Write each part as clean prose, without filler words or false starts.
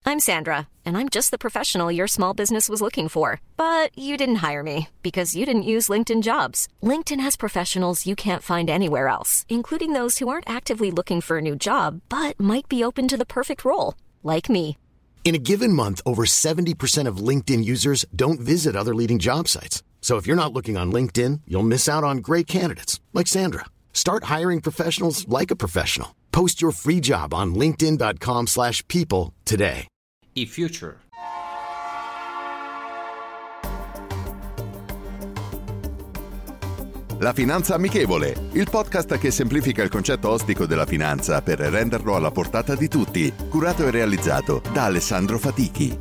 I'm Sandra, and I'm just the professional your small business was looking for. But you didn't hire me because you didn't use LinkedIn Jobs. LinkedIn has professionals you can't find anywhere else, including those who aren't actively looking for a new job, but might be open to the perfect role, like me. In a given month, over 70% of LinkedIn users don't visit other leading job sites. So if you're not looking on LinkedIn, you'll miss out on great candidates like Sandra. Start hiring professionals like a professional. Post your free job on linkedin.com/people today. eFuture. La Finanza Amichevole, il podcast che semplifica il concetto ostico della finanza per renderlo alla portata di tutti, curato e realizzato da Alessandro Fatichi.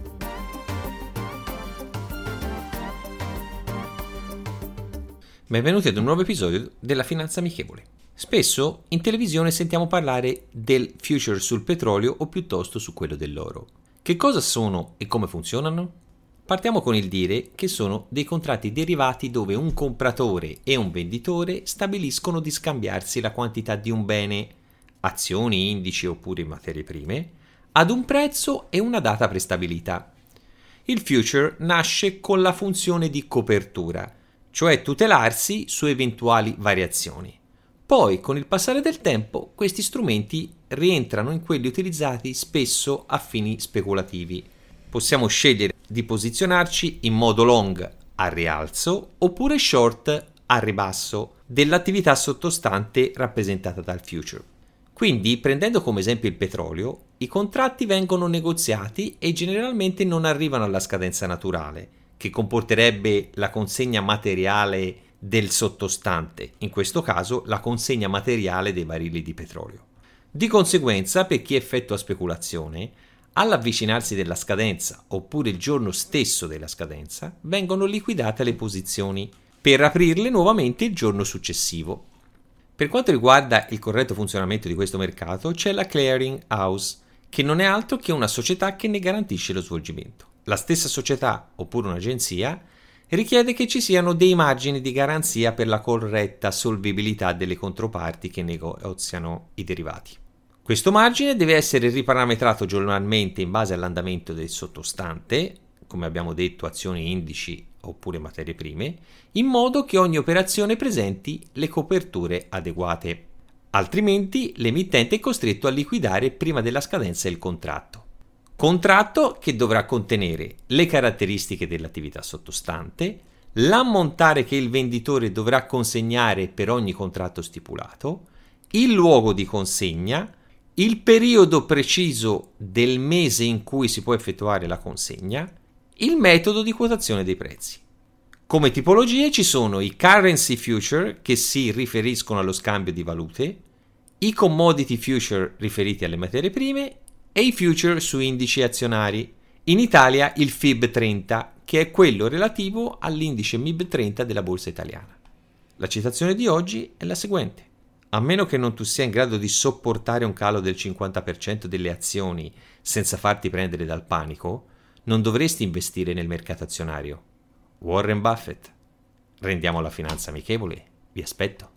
Benvenuti ad un nuovo episodio della Finanza Amichevole. Spesso in televisione sentiamo parlare del future sul petrolio o piuttosto su quello dell'oro. Che cosa sono e come funzionano? Partiamo con il dire che sono dei contratti derivati dove un compratore e un venditore stabiliscono di scambiarsi la quantità di un bene, azioni, indici oppure materie prime, ad un prezzo e una data prestabilita. Il future nasce con la funzione di copertura, cioè tutelarsi su eventuali variazioni. Poi, con il passare del tempo, questi strumenti rientrano in quelli utilizzati spesso a fini speculativi. Possiamo scegliere di posizionarci in modo long a rialzo oppure short a ribasso dell'attività sottostante rappresentata dal future. Quindi, prendendo come esempio il petrolio, i contratti vengono negoziati e generalmente non arrivano alla scadenza naturale, che comporterebbe la consegna materiale del sottostante, in questo caso la consegna materiale dei barili di petrolio. Di conseguenza, per chi effettua speculazione, all'avvicinarsi della scadenza oppure il giorno stesso della scadenza, vengono liquidate le posizioni per aprirle nuovamente il giorno successivo. Per quanto riguarda il corretto funzionamento di questo mercato, c'è la clearing house, che non è altro che una società che ne garantisce lo svolgimento. La stessa società oppure un'agenzia richiede che ci siano dei margini di garanzia per la corretta solvibilità delle controparti che negoziano i derivati. Questo margine deve essere riparametrato giornalmente in base all'andamento del sottostante, come abbiamo detto azioni, indici oppure materie prime, in modo che ogni operazione presenti le coperture adeguate. Altrimenti l'emittente è costretto a liquidare prima della scadenza il contratto. Contratto che dovrà contenere le caratteristiche dell'attività sottostante, l'ammontare che il venditore dovrà consegnare per ogni contratto stipulato, il luogo di consegna, il periodo preciso del mese in cui si può effettuare la consegna, il metodo di quotazione dei prezzi. Come tipologie ci sono i currency future che si riferiscono allo scambio di valute, i commodity future riferiti alle materie prime e i future su indici azionari, in Italia il FIB 30, che è quello relativo all'indice MIB 30 della borsa italiana. La citazione di oggi è la seguente: a meno che non tu sia in grado di sopportare un calo del 50% delle azioni senza farti prendere dal panico, non dovresti investire nel mercato azionario. Warren Buffett. Rendiamo la finanza amichevole. Vi aspetto.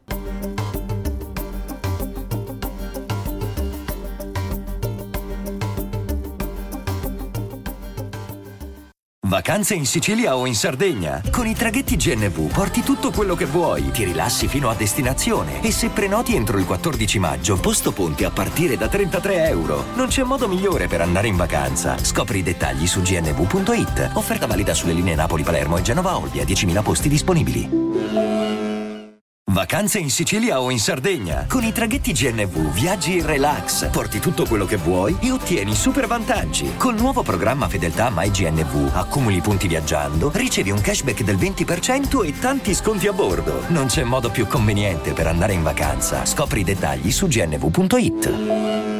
Vacanze in Sicilia o in Sardegna? Con i traghetti GNV porti tutto quello che vuoi, ti rilassi fino a destinazione e se prenoti entro il 14 maggio, posto ponti a partire da €33. Non c'è modo migliore per andare in vacanza. Scopri i dettagli su gnv.it. Offerta valida sulle linee Napoli-Palermo e Genova-Olbia, 10.000 posti disponibili. Vacanze in Sicilia o in Sardegna? Con i traghetti GNV viaggi in relax, porti tutto quello che vuoi e ottieni super vantaggi. Col nuovo programma Fedeltà MyGNV accumuli punti viaggiando, ricevi un cashback del 20% e tanti sconti a bordo. Non c'è modo più conveniente per andare in vacanza. Scopri i dettagli su gnv.it.